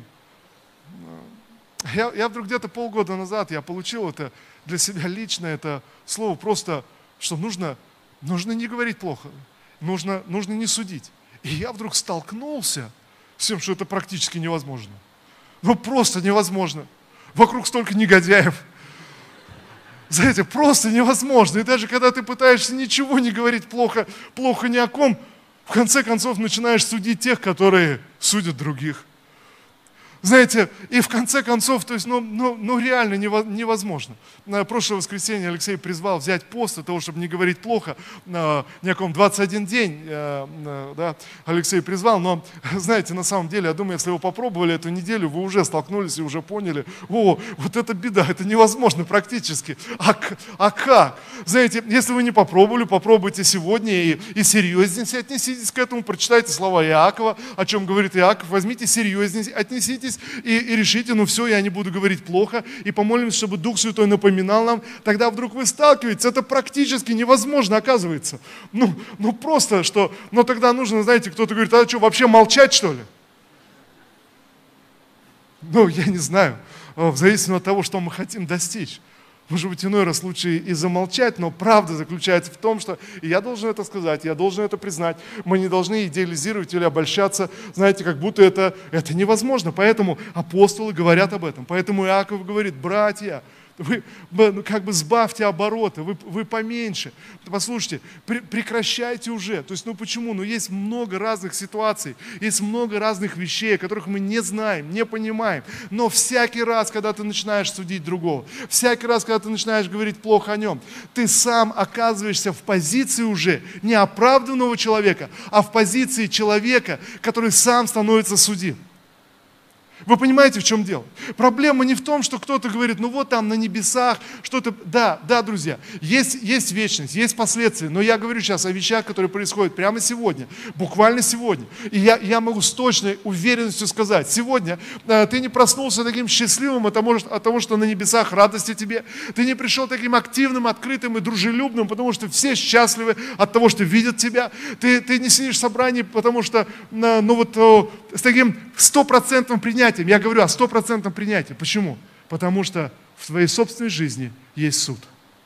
Я, я вдруг где-то полгода назад, я получил это для себя лично, это слово просто, что нужно, нужно не говорить плохо, нужно, нужно не судить. И я вдруг столкнулся с тем, что это практически невозможно. Ну, просто невозможно. Вокруг столько негодяев. Знаете, просто невозможно. И даже когда ты пытаешься ничего не говорить плохо, плохо ни о ком, в конце концов начинаешь судить тех, которые судят других. Знаете, и в конце концов, то есть, ну, ну, ну реально невозможно. На прошлое воскресенье Алексей призвал взять пост для того, чтобы не говорить плохо. На неком двадцать один день, да, Алексей призвал, но, знаете, на самом деле, я думаю, если вы попробовали эту неделю, вы уже столкнулись и уже поняли, о, вот это беда, это невозможно практически. А, а как? Знаете, если вы не попробовали, попробуйте сегодня и, и серьезнее отнеситесь к этому, прочитайте слова Иакова, о чем говорит Иаков, возьмите серьезнее, отнеситесь, И, и решите, ну все, я не буду говорить плохо, и помолимся, чтобы Дух Святой напоминал нам, тогда вдруг вы сталкиваетесь, это практически невозможно оказывается. Ну, ну просто, что, но тогда нужно, знаете, кто-то говорит, а что, вообще молчать что ли? Ну, я не знаю, в зависимости от того, что мы хотим достичь. Может быть, иной раз лучше и замолчать, но правда заключается в том, что, и я должен это сказать, я должен это признать, мы не должны идеализировать или обольщаться, знаете, как будто это, это невозможно. Поэтому апостолы говорят об этом. Поэтому Иаков говорит, братья, вы ну, как бы сбавьте обороты, вы, вы поменьше. Послушайте, пр- прекращайте уже. То есть, ну почему? Ну есть много разных ситуаций, есть много разных вещей, о которых мы не знаем, не понимаем. Но всякий раз, когда ты начинаешь судить другого, всякий раз, когда ты начинаешь говорить плохо о нем, ты сам оказываешься в позиции уже не оправданного человека, а в позиции человека, который сам становится судим. Вы понимаете, в чем дело? Проблема не в том, что кто-то говорит, ну вот там на небесах что-то... Да, да, друзья, есть, есть вечность, есть последствия, но я говорю сейчас о вещах, которые происходят прямо сегодня, буквально сегодня. И я, я могу с точной уверенностью сказать, сегодня э, ты не проснулся таким счастливым от того, от того, что на небесах радости тебе, ты не пришел таким активным, открытым и дружелюбным, потому что все счастливы от того, что видят тебя, ты, ты не сидишь в собрании, потому что, э, ну вот, э, с таким стопроцентным принятием. Я говорю о стопроцентном принятии. Почему? Потому что в твоей собственной жизни есть суд.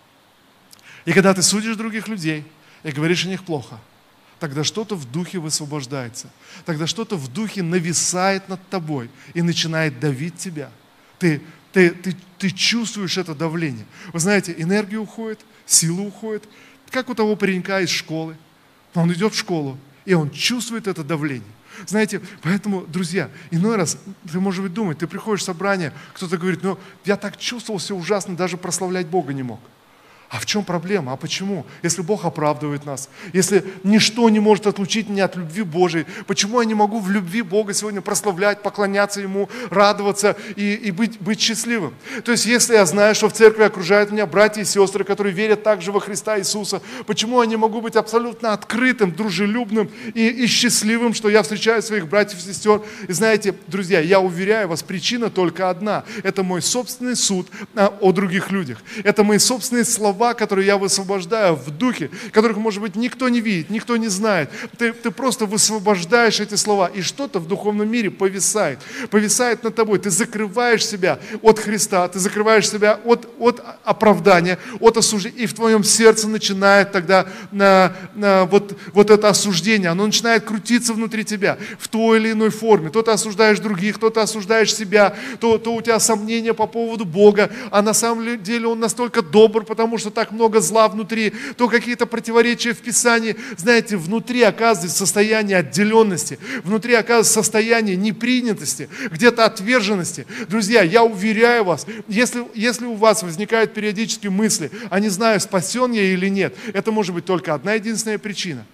И когда ты судишь других людей и говоришь о них плохо, тогда что-то в духе высвобождается. Тогда что-то в духе нависает над тобой и начинает давить тебя. Ты, ты, ты, ты чувствуешь это давление. Вы знаете, энергия уходит, сила уходит. Как у того паренька из школы. Он идет в школу, и он чувствует это давление. Знаете, поэтому, друзья, иной раз ты, может быть, думать, ты приходишь в собрание, кто-то говорит, ну, я так чувствовал все ужасно, даже прославлять Бога не мог. А в чем проблема? А почему? Если Бог оправдывает нас, если ничто не может отлучить меня от любви Божией, почему я не могу в любви Бога сегодня прославлять, поклоняться Ему, радоваться и, и быть, быть счастливым? То есть, если я знаю, что в церкви окружают меня братья и сестры, которые верят также во Христа Иисуса, почему я не могу быть абсолютно открытым, дружелюбным и, и счастливым, что я встречаю своих братьев и сестер? И знаете, друзья, я уверяю вас, причина только одна. Это мой собственный суд о других людях. Это мои собственные слова, которые я высвобождаю в духе, которых, может быть, никто не видит, никто не знает. Ты, ты просто высвобождаешь эти слова, и что-то в духовном мире повисает. Повисает над тобой. Ты закрываешь себя от Христа, ты закрываешь себя от, от оправдания, от осуждения, и в твоем сердце начинает тогда на, на, вот, вот это осуждение, оно начинает крутиться внутри тебя в той или иной форме. То ты осуждаешь других, то ты осуждаешь себя, то, то у тебя сомнения по поводу Бога, а на самом деле Он настолько добр, потому что так много зла внутри, то какие-то противоречия в Писании. Знаете, внутри оказывается состояние отделенности, внутри оказывается состояние непринятости, где-то отверженности. Друзья, я уверяю вас, если, если у вас возникают периодически мысли, а не знаю, спасен я или нет, это может быть только одна единственная причина.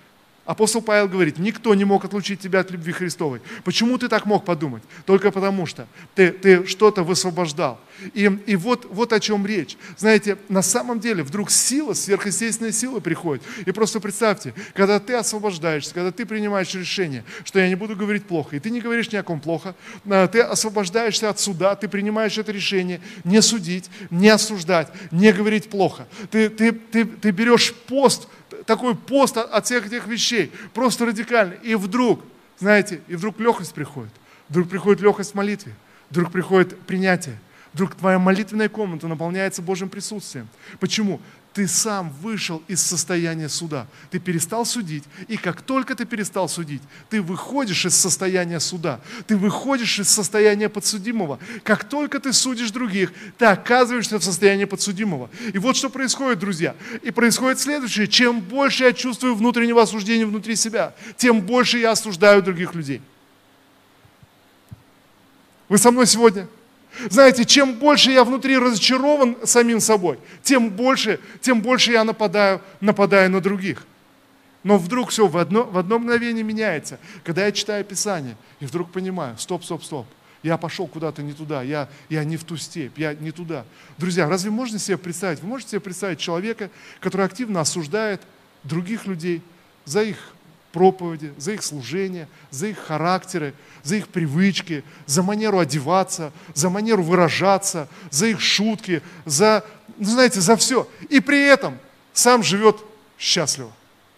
Апостол Павел говорит, никто не мог отлучить тебя от любви Христовой. Почему ты так мог подумать? Только потому, что ты, ты что-то высвобождал. И, и вот, вот о чем речь. Знаете, на самом деле вдруг сила, сверхъестественная сила приходит. И просто представьте, когда ты освобождаешься, когда ты принимаешь решение, что я не буду говорить плохо, и ты не говоришь ни о ком плохо, ты освобождаешься от суда, ты принимаешь это решение не судить, не осуждать, не говорить плохо. Ты, ты, ты, ты берешь пост, такой пост от всех этих вещей, просто радикальный. И вдруг, знаете, и вдруг легкость приходит. Вдруг приходит легкость в молитве. Вдруг приходит принятие. Вдруг твоя молитвенная комната наполняется Божьим присутствием. Почему? Ты сам вышел из состояния суда. Ты перестал судить, и как только ты перестал судить, ты выходишь из состояния суда, ты выходишь из состояния подсудимого. Как только ты судишь других, ты оказываешься в состоянии подсудимого. И вот что происходит, друзья. И происходит следующее. Чем больше я чувствую внутреннего осуждения внутри себя, тем больше я осуждаю других людей. Вы со мной сегодня? Знаете, чем больше я внутри разочарован самим собой, тем больше, тем больше я нападаю, нападаю на других. Но вдруг все в одно, в одно мгновение меняется, когда я читаю Писание, и вдруг понимаю, стоп, стоп, стоп, я пошел куда-то не туда, я, я не в ту степь, я не туда. Друзья, разве можно себе представить, вы можете себе представить человека, который активно осуждает других людей за их проповеди, за их служение, за их характеры, за их привычки, за манеру одеваться, за манеру выражаться, за их шутки, за, ну, знаете, за все. И при этом сам живет счастливо.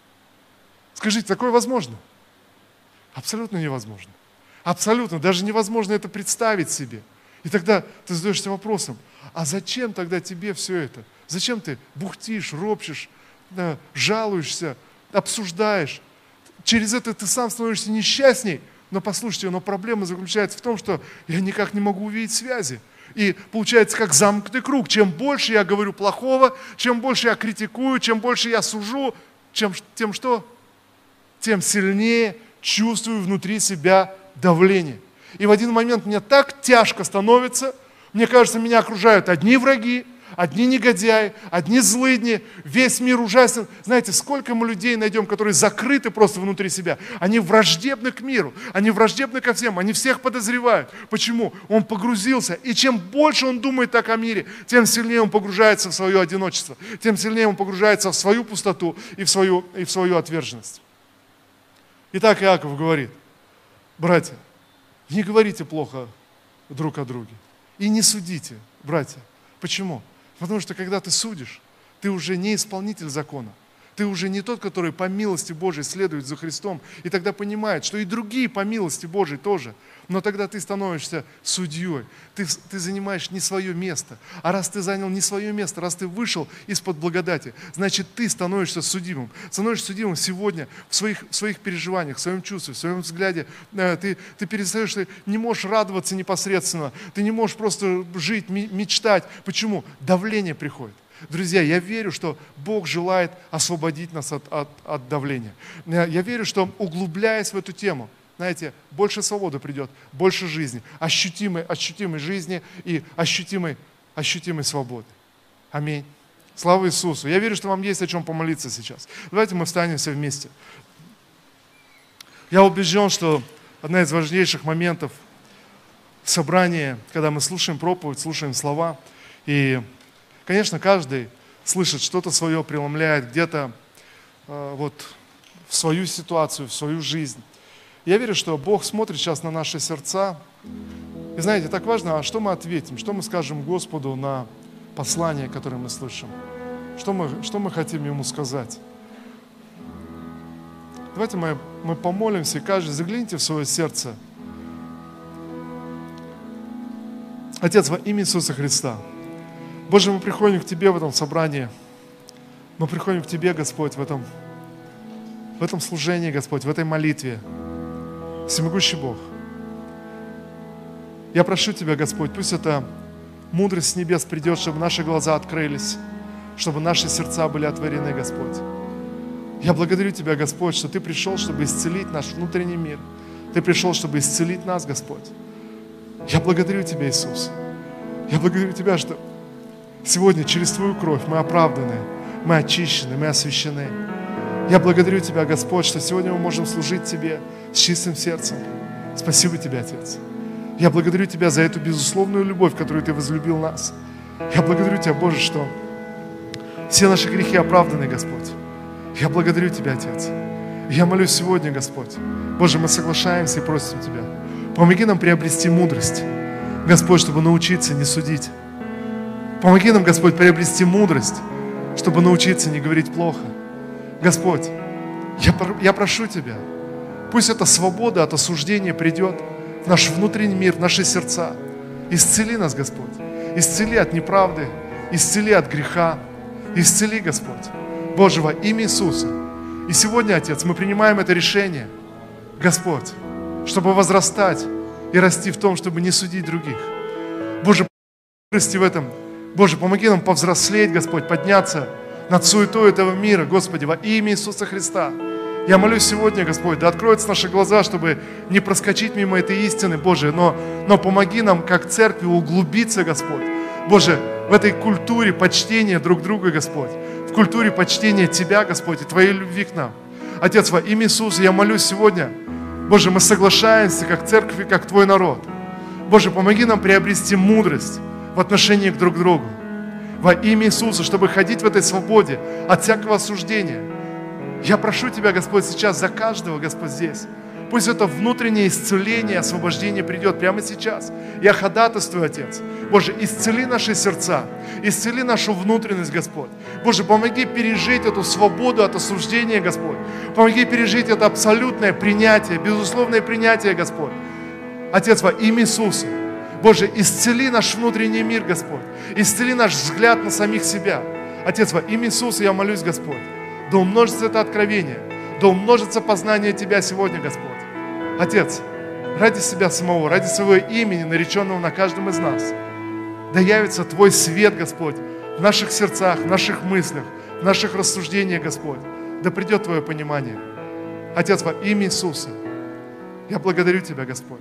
Скажите, такое возможно? Абсолютно невозможно. Абсолютно. Даже невозможно это представить себе. И тогда ты задаешься вопросом, а зачем тогда тебе все это? Зачем ты бухтишь, ропщешь, жалуешься, обсуждаешь? Через это ты сам становишься несчастней. Но послушайте, но проблема заключается в том, что я никак не могу увидеть связи. И получается как замкнутый круг. Чем больше я говорю плохого, чем больше я критикую, чем больше я сужу, чем, тем что? Тем сильнее чувствую внутри себя давление. И в один момент мне так тяжко становится, мне кажется, меня окружают одни враги, одни негодяи, одни злыдни, весь мир ужасен. Знаете, сколько мы людей найдем, которые закрыты просто внутри себя. Они враждебны к миру, они враждебны ко всем, они всех подозревают. Почему? Он погрузился. И чем больше он думает так о мире, тем сильнее он погружается в свое одиночество, тем сильнее он погружается в свою пустоту и в свою, и в свою отверженность. Итак, Иаков говорит, братья, не говорите плохо друг о друге и не судите, братья. Почему? Потому что когда ты судишь, ты уже не исполнитель закона. Ты уже не тот, который по милости Божией следует за Христом, и тогда понимает, что и другие по милости Божией тоже. Но тогда ты становишься судьей, ты, ты занимаешь не свое место. А раз ты занял не свое место, раз ты вышел из-под благодати, значит, ты становишься судимым. Становишься судимым сегодня в своих, в своих переживаниях, в своем чувстве, в своем взгляде. Ты, ты перестаешь, ты не можешь радоваться непосредственно, ты не можешь просто жить, мечтать. Почему? Давление приходит. Друзья, я верю, что Бог желает освободить нас от, от, от давления. Я верю, что, углубляясь в эту тему, знаете, больше свободы придет, больше жизни, ощутимой, ощутимой жизни и ощутимой, ощутимой свободы. Аминь. Слава Иисусу. Я верю, что вам есть о чем помолиться сейчас. Давайте мы встанем все вместе. Я убежден, что одна из важнейших моментов собрания, когда мы слушаем проповедь, слушаем слова, и конечно, каждый слышит, что-то свое преломляет где-то э, вот, в свою ситуацию, в свою жизнь. Я верю, что Бог смотрит сейчас на наши сердца. И знаете, так важно, а что мы ответим, что мы скажем Господу на послание, которое мы слышим, что мы, что мы хотим Ему сказать. Давайте мы, мы помолимся, и каждый загляните в свое сердце. Отец, во имя Иисуса Христа, Боже, мы приходим к Тебе в этом собрании. Мы приходим к Тебе, Господь, в этом, в этом служении, Господь, в этой молитве. Всемогущий Бог. Я прошу Тебя, Господь, пусть эта мудрость с небес придет, чтобы наши глаза открылись, чтобы наши сердца были отворены, Господь. Я благодарю Тебя, Господь, что Ты пришел, чтобы исцелить наш внутренний мир. Ты пришел, чтобы исцелить нас, Господь. Я благодарю Тебя, Иисус. Я благодарю Тебя, что сегодня через Твою кровь мы оправданы, мы очищены, мы освящены. Я благодарю Тебя, Господь, что сегодня мы можем служить Тебе с чистым сердцем. Спасибо Тебе, Отец. Я благодарю Тебя за эту безусловную любовь, которую Ты возлюбил нас. Я благодарю Тебя, Боже, что все наши грехи оправданы, Господь. Я благодарю Тебя, Отец. Я молюсь сегодня, Господь. Боже, мы соглашаемся и просим Тебя. Помоги нам приобрести мудрость, Господь, чтобы научиться не судить. Помоги нам, Господь, приобрести мудрость, чтобы научиться не говорить плохо. Господь, я, я прошу Тебя, пусть эта свобода от осуждения придет в наш внутренний мир, в наши сердца. Исцели нас, Господь. Исцели от неправды, исцели от греха. Исцели, Господь. Боже, во имя Иисуса. И сегодня, Отец, мы принимаем это решение, Господь, чтобы возрастать и расти в том, чтобы не судить других. Боже, расти в этом. Боже, помоги нам повзрослеть, Господь, подняться над суетой этого мира, Господи, во имя Иисуса Христа. Я молюсь сегодня, Господь, да откроются наши глаза, чтобы не проскочить мимо этой истины, Боже, но, но помоги нам, как церкви, углубиться, Господь. Боже, в этой культуре почтения друг друга, Господь, в культуре почтения Тебя, Господь, и Твоей любви к нам. Отец, во имя Иисуса я молюсь сегодня, Боже, мы соглашаемся, как церковь и как Твой народ. Боже, помоги нам приобрести мудрость в отношении друг к другу. Во имя Иисуса, чтобы ходить в этой свободе от всякого осуждения. Я прошу Тебя, Господь, сейчас за каждого, Господь, здесь. Пусть это внутреннее исцеление, освобождение придет прямо сейчас. Я ходатайствую, Отец. Боже, исцели наши сердца, исцели нашу внутренность, Господь. Боже, помоги пережить эту свободу от осуждения, Господь. Помоги пережить это абсолютное принятие, безусловное принятие, Господь. Отец, во имя Иисуса. Боже, исцели наш внутренний мир, Господь. Исцели наш взгляд на самих себя. Отец, во имя Иисуса я молюсь, Господь. Да умножится это откровение, да умножится познание Тебя сегодня, Господь. Отец, ради себя самого, ради своего имени, нареченного на каждом из нас, да явится Твой свет, Господь, в наших сердцах, в наших мыслях, в наших рассуждениях, Господь. Да придет Твое понимание. Отец, во имя Иисуса, я благодарю Тебя, Господь.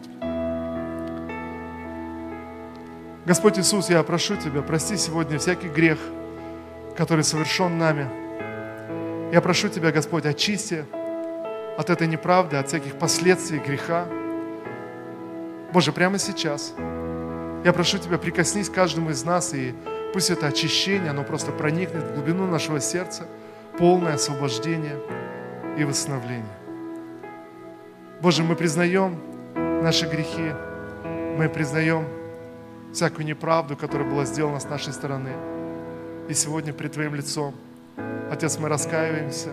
Господь Иисус, я прошу Тебя, прости сегодня всякий грех, который совершен нами. Я прошу Тебя, Господь, очисти от этой неправды, от всяких последствий греха. Боже, прямо сейчас я прошу Тебя, прикоснись к каждому из нас, и пусть это очищение, оно просто проникнет в глубину нашего сердца, полное освобождение и восстановление. Боже, мы признаем наши грехи, мы признаем всякую неправду, которая была сделана с нашей стороны. И сегодня пред Твоим лицом, Отец, мы раскаиваемся,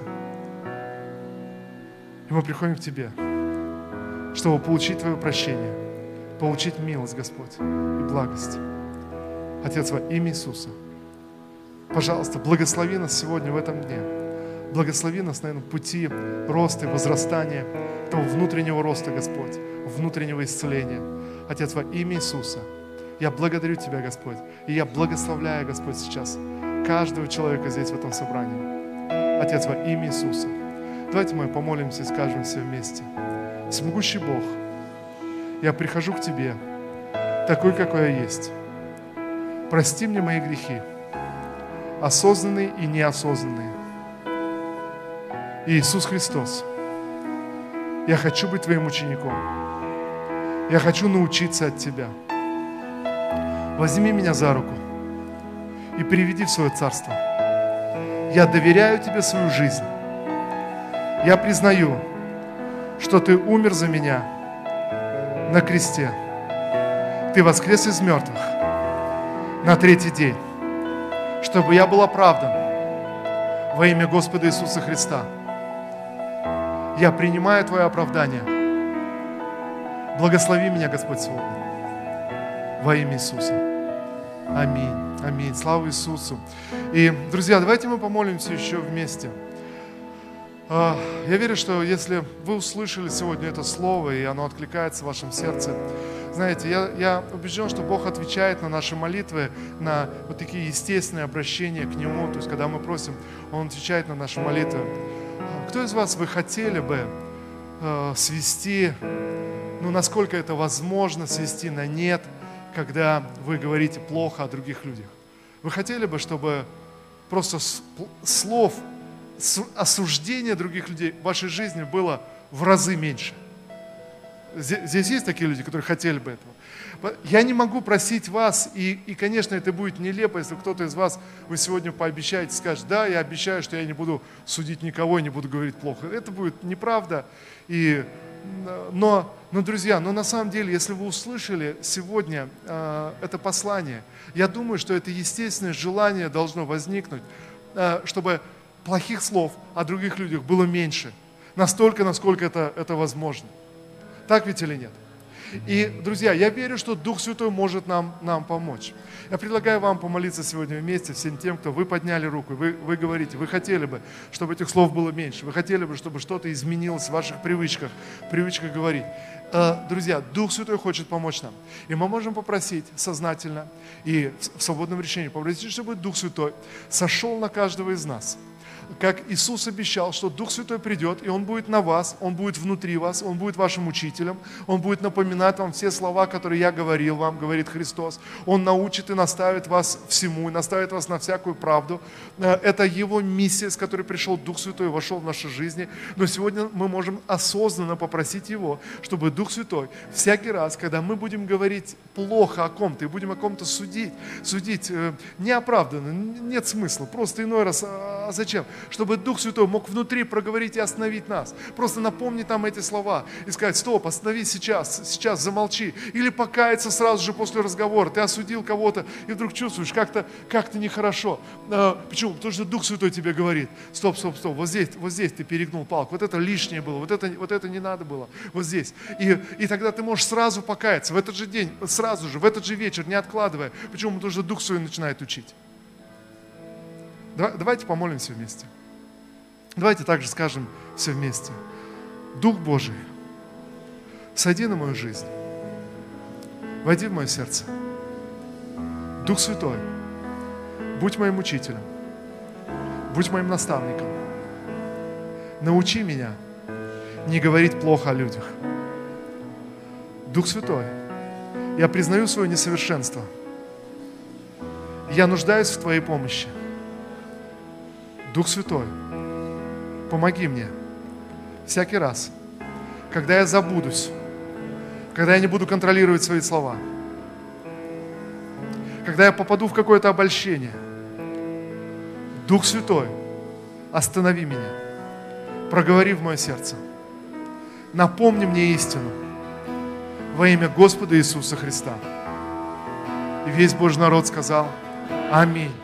и мы приходим к Тебе, чтобы получить Твое прощение, получить милость, Господь, и благость. Отец, во имя Иисуса, пожалуйста, благослови нас сегодня в этом дне. Благослови нас на этом пути роста и возрастания, того внутреннего роста, Господь, внутреннего исцеления. Отец, во имя Иисуса, я благодарю Тебя, Господь, и я благословляю, Господь, сейчас каждого человека здесь, в этом собрании. Отец, во имя Иисуса. Давайте мы помолимся и скажем все вместе. Всемогущий Бог, я прихожу к Тебе, такой, какой я есть. Прости мне мои грехи, осознанные и неосознанные. Иисус Христос, я хочу быть Твоим учеником. Я хочу научиться от Тебя. Возьми меня за руку и приведи в свое царство. Я доверяю Тебе свою жизнь. Я признаю, что Ты умер за меня на кресте. Ты воскрес из мертвых на третий день, чтобы я был оправдан во имя Господа Иисуса Христа. Я принимаю Твое оправдание. Благослови меня, Господь, сегодня. Во имя Иисуса. Аминь. Аминь. Слава Иисусу. И, друзья, давайте мы помолимся еще вместе. Я верю, что если вы услышали сегодня это слово, и оно откликается в вашем сердце, знаете, я, я убежден, что Бог отвечает на наши молитвы, на вот такие естественные обращения к Нему. То есть, когда мы просим, Он отвечает на наши молитвы. Кто из вас вы хотели бы э, свести, ну, насколько это возможно, свести на нет, когда вы говорите плохо о других людях? Вы хотели бы, чтобы просто слов осуждение других людей в вашей жизни было в разы меньше. Здесь есть такие люди, которые хотели бы этого. Я не могу просить вас, и, и, конечно, это будет нелепо, если кто-то из вас, вы сегодня пообещаете, скажет, да, я обещаю, что я не буду судить никого и не буду говорить плохо. Это будет неправда. И, но, но, друзья, но на самом деле, если вы услышали сегодня э, это послание, я думаю, что это естественное желание должно возникнуть, э, чтобы плохих слов о других людях было меньше, настолько, насколько это, это возможно. Так ведь или нет? И, друзья, я верю, что Дух Святой может нам, нам помочь. Я предлагаю вам помолиться сегодня вместе, всем тем, кто вы подняли руку, вы, вы говорите, вы хотели бы, чтобы этих слов было меньше, вы хотели бы, чтобы что-то изменилось в ваших привычках, привычках говорить. Друзья, Дух Святой хочет помочь нам. И мы можем попросить сознательно и в свободном решении, попросить, чтобы Дух Святой сошел на каждого из нас. Как Иисус обещал, что Дух Святой придет, и Он будет на вас, Он будет внутри вас, Он будет вашим учителем, Он будет напоминать вам все слова, которые я говорил вам, говорит Христос. Он научит и наставит вас всему, и наставит вас на всякую правду. Это Его миссия, с которой пришел Дух Святой и вошел в наши жизни. Но сегодня мы можем осознанно попросить Его, чтобы Дух Святой всякий раз, когда мы будем говорить плохо о ком-то и будем о ком-то судить, судить неоправданно, нет смысла, просто иной раз, а зачем? Чтобы Дух Святой мог внутри проговорить и остановить нас. Просто напомнить нам эти слова и сказать, стоп, остановись сейчас, сейчас замолчи. Или покаяться сразу же после разговора. Ты осудил кого-то и вдруг чувствуешь, как-то, как-то нехорошо. Почему? Потому что Дух Святой тебе говорит, стоп, стоп, стоп, вот здесь, вот здесь ты перегнул палку, вот это лишнее было, вот это, вот это не надо было, вот здесь. И, и тогда ты можешь сразу покаяться в этот же день, сразу же, в этот же вечер, не откладывая. Почему? Потому что Дух Святой начинает учить. Давайте помолимся вместе. Давайте также скажем все вместе. Дух Божий, сойди на мою жизнь. Войди в мое сердце. Дух Святой, будь моим учителем. Будь моим наставником. Научи меня не говорить плохо о людях. Дух Святой, я признаю свое несовершенство. Я нуждаюсь в Твоей помощи. Дух Святой, помоги мне всякий раз, когда я забудусь, когда я не буду контролировать свои слова, когда я попаду в какое-то обольщение. Дух Святой, останови меня, проговори в мое сердце, напомни мне истину во имя Господа Иисуса Христа. И весь Божий народ сказал: Аминь.